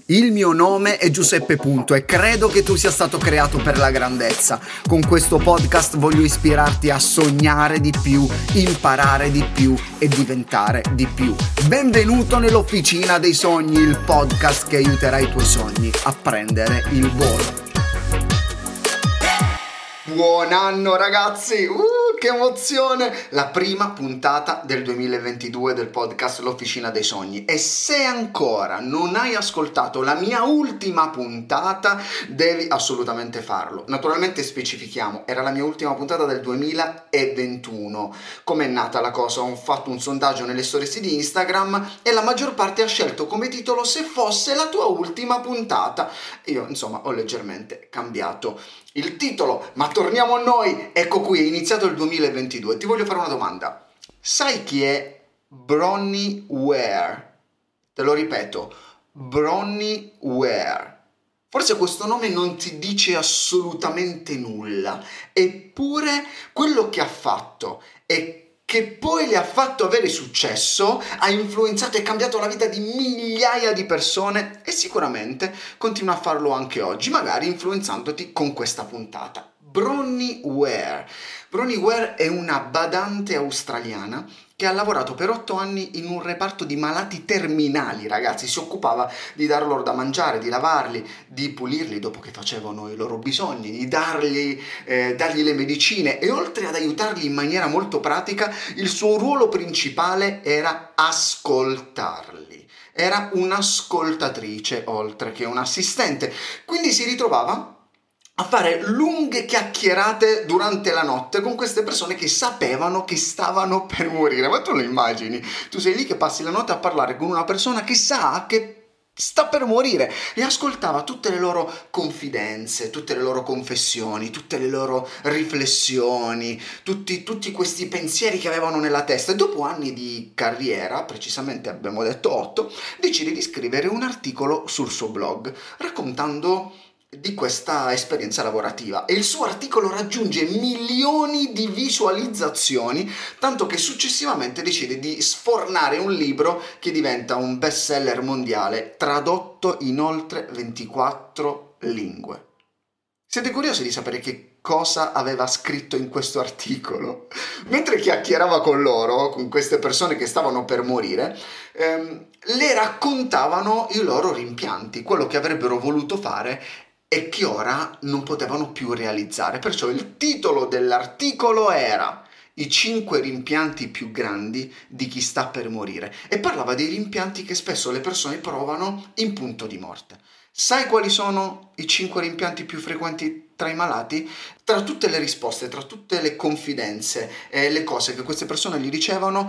Il mio nome è Giuseppe Punto e credo che tu sia stato creato per la grandezza. Con questo podcast voglio ispirarti a sognare di più, imparare di più e diventare di più. Benvenuto nell'Officina dei Sogni, il podcast che aiuterà i tuoi sogni a prendere il volo. Buon anno ragazzi! Che emozione! La prima puntata del 2022 del podcast L'Officina dei Sogni. E se ancora non hai ascoltato la mia ultima puntata, devi assolutamente farlo. Naturalmente specifichiamo, era la mia ultima puntata del 2021. Com'è nata la cosa? Ho fatto un sondaggio nelle stories di Instagram e la maggior parte ha scelto come titolo "Se fosse la tua ultima puntata". Io, insomma, ho leggermente cambiato il titolo, ma torniamo a noi. Ecco qui, è iniziato il 2022. Ti voglio fare una domanda. Sai chi è Bronnie Ware? Te lo ripeto, Bronnie Ware. Forse questo nome non ti dice assolutamente nulla, eppure quello che ha fatto e che poi le ha fatto avere successo, ha influenzato e cambiato la vita di migliaia di persone e sicuramente continua a farlo anche oggi, magari influenzandoti con questa puntata. Bronnie Ware. Bronnie Ware è una badante australiana che ha lavorato per 8 anni in un reparto di malati terminali, ragazzi. Si occupava di dar loro da mangiare, di lavarli, di pulirli dopo che facevano i loro bisogni, di dargli le medicine e oltre ad aiutarli in maniera molto pratica, il suo ruolo principale era ascoltarli. Era un'ascoltatrice oltre che un assistente, quindi si ritrovava a fare lunghe chiacchierate durante la notte con queste persone che sapevano che stavano per morire. Ma tu lo immagini? Tu sei lì che passi la notte a parlare con una persona che sa che sta per morire e ascoltava tutte le loro confidenze, tutte le loro confessioni, tutte le loro riflessioni, tutti questi pensieri che avevano nella testa. E dopo anni di carriera, precisamente abbiamo detto 8, decide di scrivere un articolo sul suo blog raccontando di questa esperienza lavorativa e il suo articolo raggiunge milioni di visualizzazioni, tanto che successivamente decide di sfornare un libro che diventa un bestseller mondiale tradotto in oltre 24 lingue. Siete curiosi di sapere che cosa aveva scritto in questo articolo? Mentre chiacchierava con loro, con queste persone che stavano per morire, le raccontavano i loro rimpianti, quello che avrebbero voluto fare e che ora non potevano più realizzare. Perciò il titolo dell'articolo era "I 5 rimpianti più grandi di chi sta per morire" e parlava dei rimpianti che spesso le persone provano in punto di morte. Sai quali sono i 5 rimpianti più frequenti tra i malati? Tra tutte le risposte, tra tutte le confidenze e le cose che queste persone gli dicevano,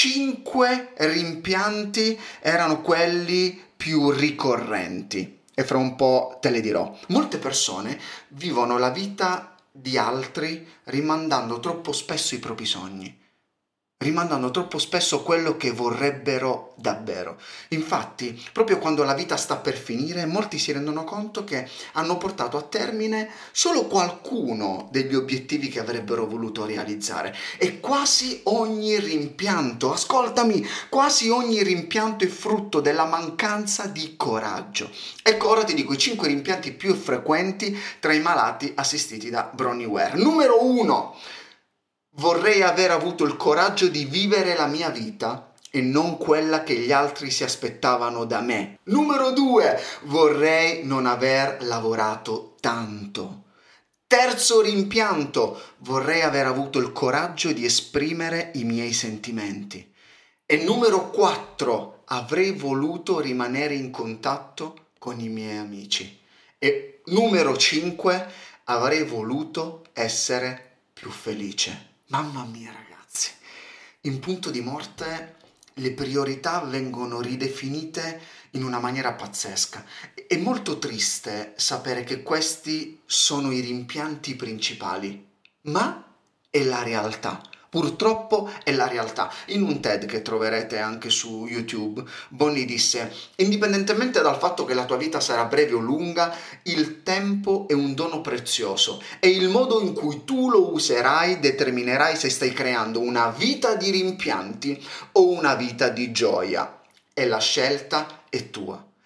5 rimpianti erano quelli più ricorrenti. E fra un po' te le dirò. Molte persone vivono la vita di altri rimandando troppo spesso i propri sogni, rimandando troppo spesso quello che vorrebbero davvero. Infatti, proprio quando la vita sta per finire, molti si rendono conto che hanno portato a termine solo qualcuno degli obiettivi che avrebbero voluto realizzare. E quasi ogni rimpianto, ascoltami, quasi ogni rimpianto è frutto della mancanza di coraggio. Ecco, ora ti dico i 5 rimpianti più frequenti tra i malati assistiti da Bronnie Ware. Numero 1. Vorrei aver avuto il coraggio di vivere la mia vita e non quella che gli altri si aspettavano da me. Numero 2. Vorrei non aver lavorato tanto. Terzo rimpianto. Vorrei aver avuto il coraggio di esprimere i miei sentimenti. E numero 4. Avrei voluto rimanere in contatto con i miei amici. E numero 5. Avrei voluto essere più felice. Mamma mia ragazzi, in punto di morte le priorità vengono ridefinite in una maniera pazzesca. È molto triste sapere che questi sono i rimpianti principali, ma è la realtà. Purtroppo è la realtà. In un TED che troverete anche su YouTube, Bonnie disse: indipendentemente dal fatto che la tua vita sarà breve o lunga, il tempo è un dono prezioso e il modo in cui tu lo userai determinerai se stai creando una vita di rimpianti o una vita di gioia. E la scelta è tua.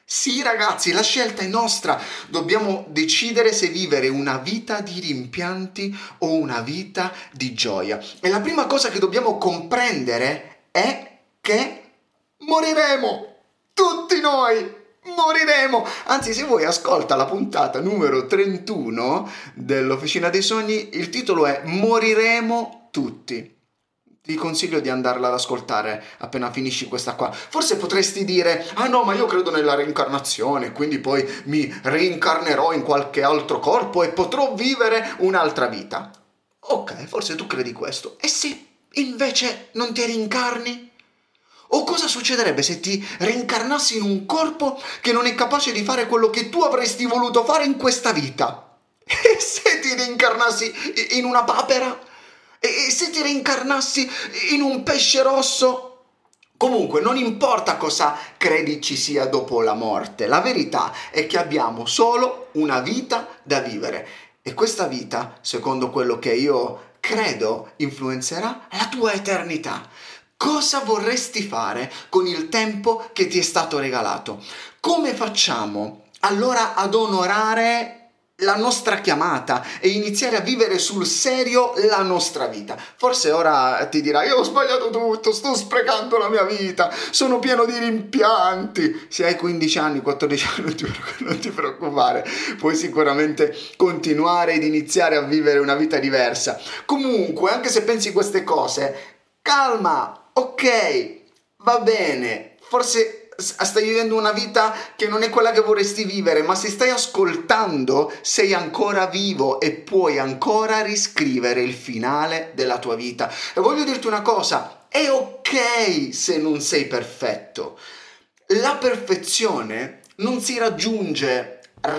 Sì, ragazzi, la scelta è nostra. Dobbiamo decidere se vivere una vita di rimpianti o una vita di gioia. E la prima cosa che dobbiamo comprendere è che moriremo. Tutti noi moriremo. Anzi, se vuoi, ascolta la puntata numero 31 dell'Officina dei Sogni. Il titolo è Moriremo tutti. Ti consiglio di andarla ad ascoltare appena finisci questa qua. Forse potresti dire: ah no, ma io credo nella reincarnazione, quindi poi mi reincarnerò in qualche altro corpo e potrò vivere un'altra vita. Ok, forse tu credi questo. E se invece non ti reincarni? O cosa succederebbe se ti reincarnassi in un corpo che non è capace di fare quello che tu avresti voluto fare in questa vita? E se ti reincarnassi in una papera? E se ti reincarnassi in un pesce rosso? Comunque, non importa cosa credi ci sia dopo la morte, la verità è che abbiamo solo una vita da vivere. E questa vita, secondo quello che io credo, influenzerà la tua eternità. Cosa vorresti fare con il tempo che ti è stato regalato? Come facciamo allora ad onorare la nostra chiamata e iniziare a vivere sul serio la nostra vita? Forse ora ti dirai: io ho sbagliato tutto, sto sprecando la mia vita, sono pieno di rimpianti. Se hai 15 anni, 14 anni, non ti preoccupare, puoi sicuramente continuare ed iniziare a vivere una vita diversa. Comunque, anche se pensi queste cose, calma, ok, va bene, forse stai vivendo una vita che non è quella che vorresti vivere, ma se stai ascoltando sei ancora vivo e puoi ancora riscrivere il finale della tua vita. E voglio dirti una cosa: è ok se non sei perfetto. La perfezione non si raggiunge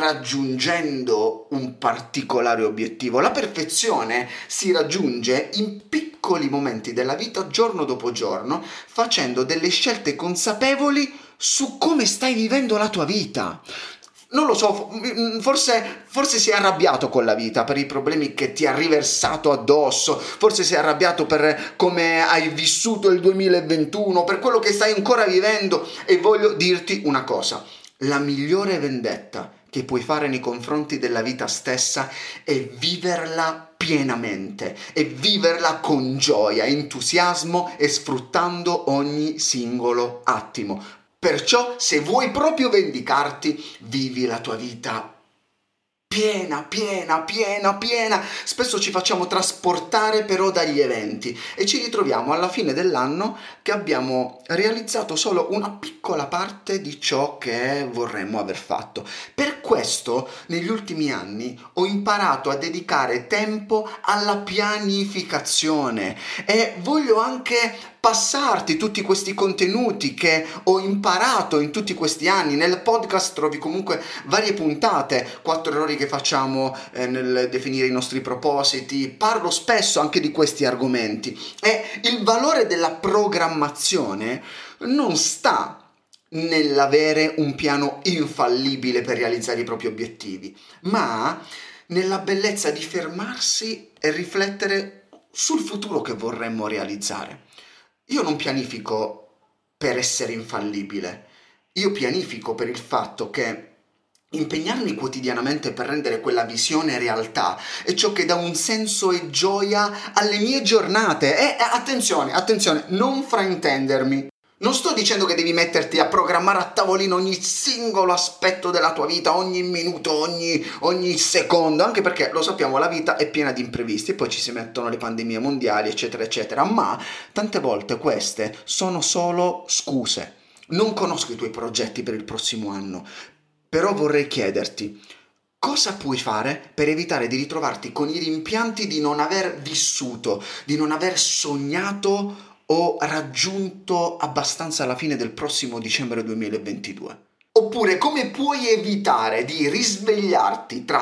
raggiungendo un particolare obiettivo. La perfezione si raggiunge in piccoli momenti della vita, giorno dopo giorno, facendo delle scelte consapevoli su come stai vivendo la tua vita. Non lo so, forse sei arrabbiato con la vita per i problemi che ti ha riversato addosso, forse sei arrabbiato per come hai vissuto il 2021, per quello che stai ancora vivendo, e voglio dirti una cosa: la migliore vendetta che puoi fare nei confronti della vita stessa è viverla pienamente e viverla con gioia, entusiasmo e sfruttando ogni singolo attimo. Perciò, se vuoi proprio vendicarti, vivi la tua vita piena. Spesso ci facciamo trasportare però dagli eventi e ci ritroviamo alla fine dell'anno che abbiamo realizzato solo una piccola parte di ciò che vorremmo aver fatto. Per questo, negli ultimi anni ho imparato a dedicare tempo alla pianificazione e voglio anche passarti tutti questi contenuti che ho imparato in tutti questi anni. Nel podcast trovi comunque varie puntate, 4 errori che facciamo nel definire i nostri propositi. Parlo spesso anche di questi argomenti e il valore della programmazione non sta nell'avere un piano infallibile per realizzare i propri obiettivi, ma nella bellezza di fermarsi e riflettere sul futuro che vorremmo realizzare. Io non pianifico per essere infallibile, io pianifico per il fatto che impegnarmi quotidianamente per rendere quella visione realtà è ciò che dà un senso e gioia alle mie giornate. E attenzione, non fraintendermi. Non sto dicendo che devi metterti a programmare a tavolino ogni singolo aspetto della tua vita, ogni minuto, ogni secondo, anche perché lo sappiamo, la vita è piena di imprevisti e poi ci si mettono le pandemie mondiali, eccetera, eccetera, ma tante volte queste sono solo scuse. Non conosco i tuoi progetti per il prossimo anno, però vorrei chiederti: cosa puoi fare per evitare di ritrovarti con i rimpianti di non aver vissuto, di non aver sognato o raggiunto abbastanza alla fine del prossimo dicembre 2022? Oppure come puoi evitare di risvegliarti tra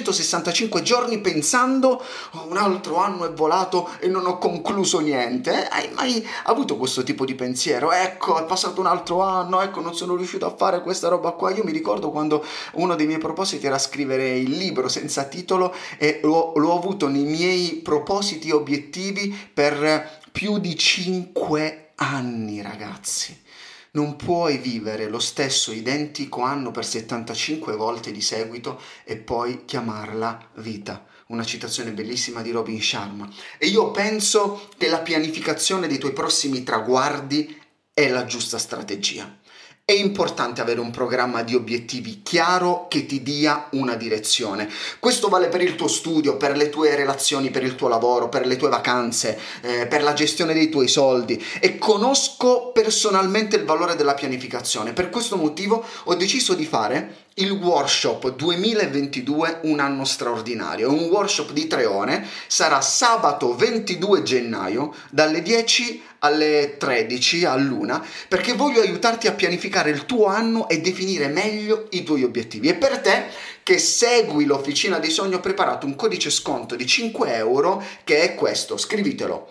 365 giorni pensando: oh, un altro anno è volato e non ho concluso niente? Hai mai avuto questo tipo di pensiero? Ecco, è passato un altro anno, ecco, non sono riuscito a fare questa roba qua. Io mi ricordo quando uno dei miei propositi era scrivere il libro senza titolo e l'ho avuto nei miei propositi e obiettivi per più di 5 anni, ragazzi. Non puoi vivere lo stesso identico anno per 75 volte di seguito e poi chiamarla vita. Una citazione bellissima di Robin Sharma. E io penso che la pianificazione dei tuoi prossimi traguardi è la giusta strategia. È importante avere un programma di obiettivi chiaro che ti dia una direzione. Questo vale per il tuo studio, per le tue relazioni, per il tuo lavoro, per le tue vacanze, per la gestione dei tuoi soldi. E conosco personalmente il valore della pianificazione. Per questo motivo ho deciso di fare il workshop 2022 Un anno straordinario. È un workshop di 3 ore, sarà sabato 22 gennaio dalle 10 alle 13 all'1, perché voglio aiutarti a pianificare il tuo anno e definire meglio i tuoi obiettivi. E per te che segui l'Officina dei Sogni ho preparato un codice sconto di 5 euro che è questo, scrivitelo: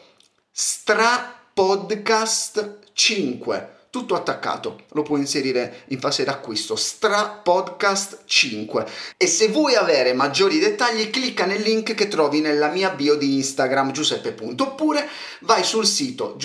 STRAPODCAST 5. Tutto attaccato, lo puoi inserire in fase d'acquisto, STRAPODCAST 5. E se vuoi avere maggiori dettagli clicca nel link che trovi nella mia bio di Instagram Giuseppe. Oppure vai sul sito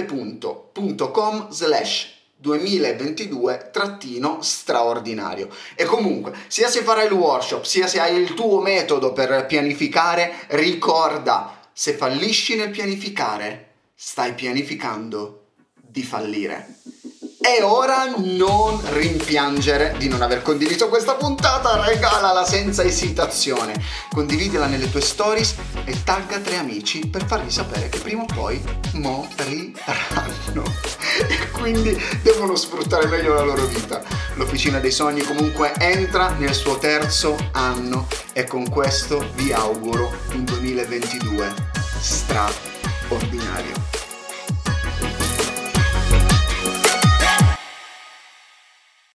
giuseppe.com/2022-straordinario. E comunque, sia se farai il workshop, sia se hai il tuo metodo per pianificare, ricorda, se fallisci nel pianificare, stai pianificando di fallire. E ora non rimpiangere di non aver condiviso questa puntata, regalala senza esitazione, condividila nelle tue stories e tagga 3 amici per fargli sapere che prima o poi moriranno e quindi devono sfruttare meglio la loro vita. L'Officina dei Sogni comunque entra nel suo 3° anno e con questo vi auguro un 2022 straordinario.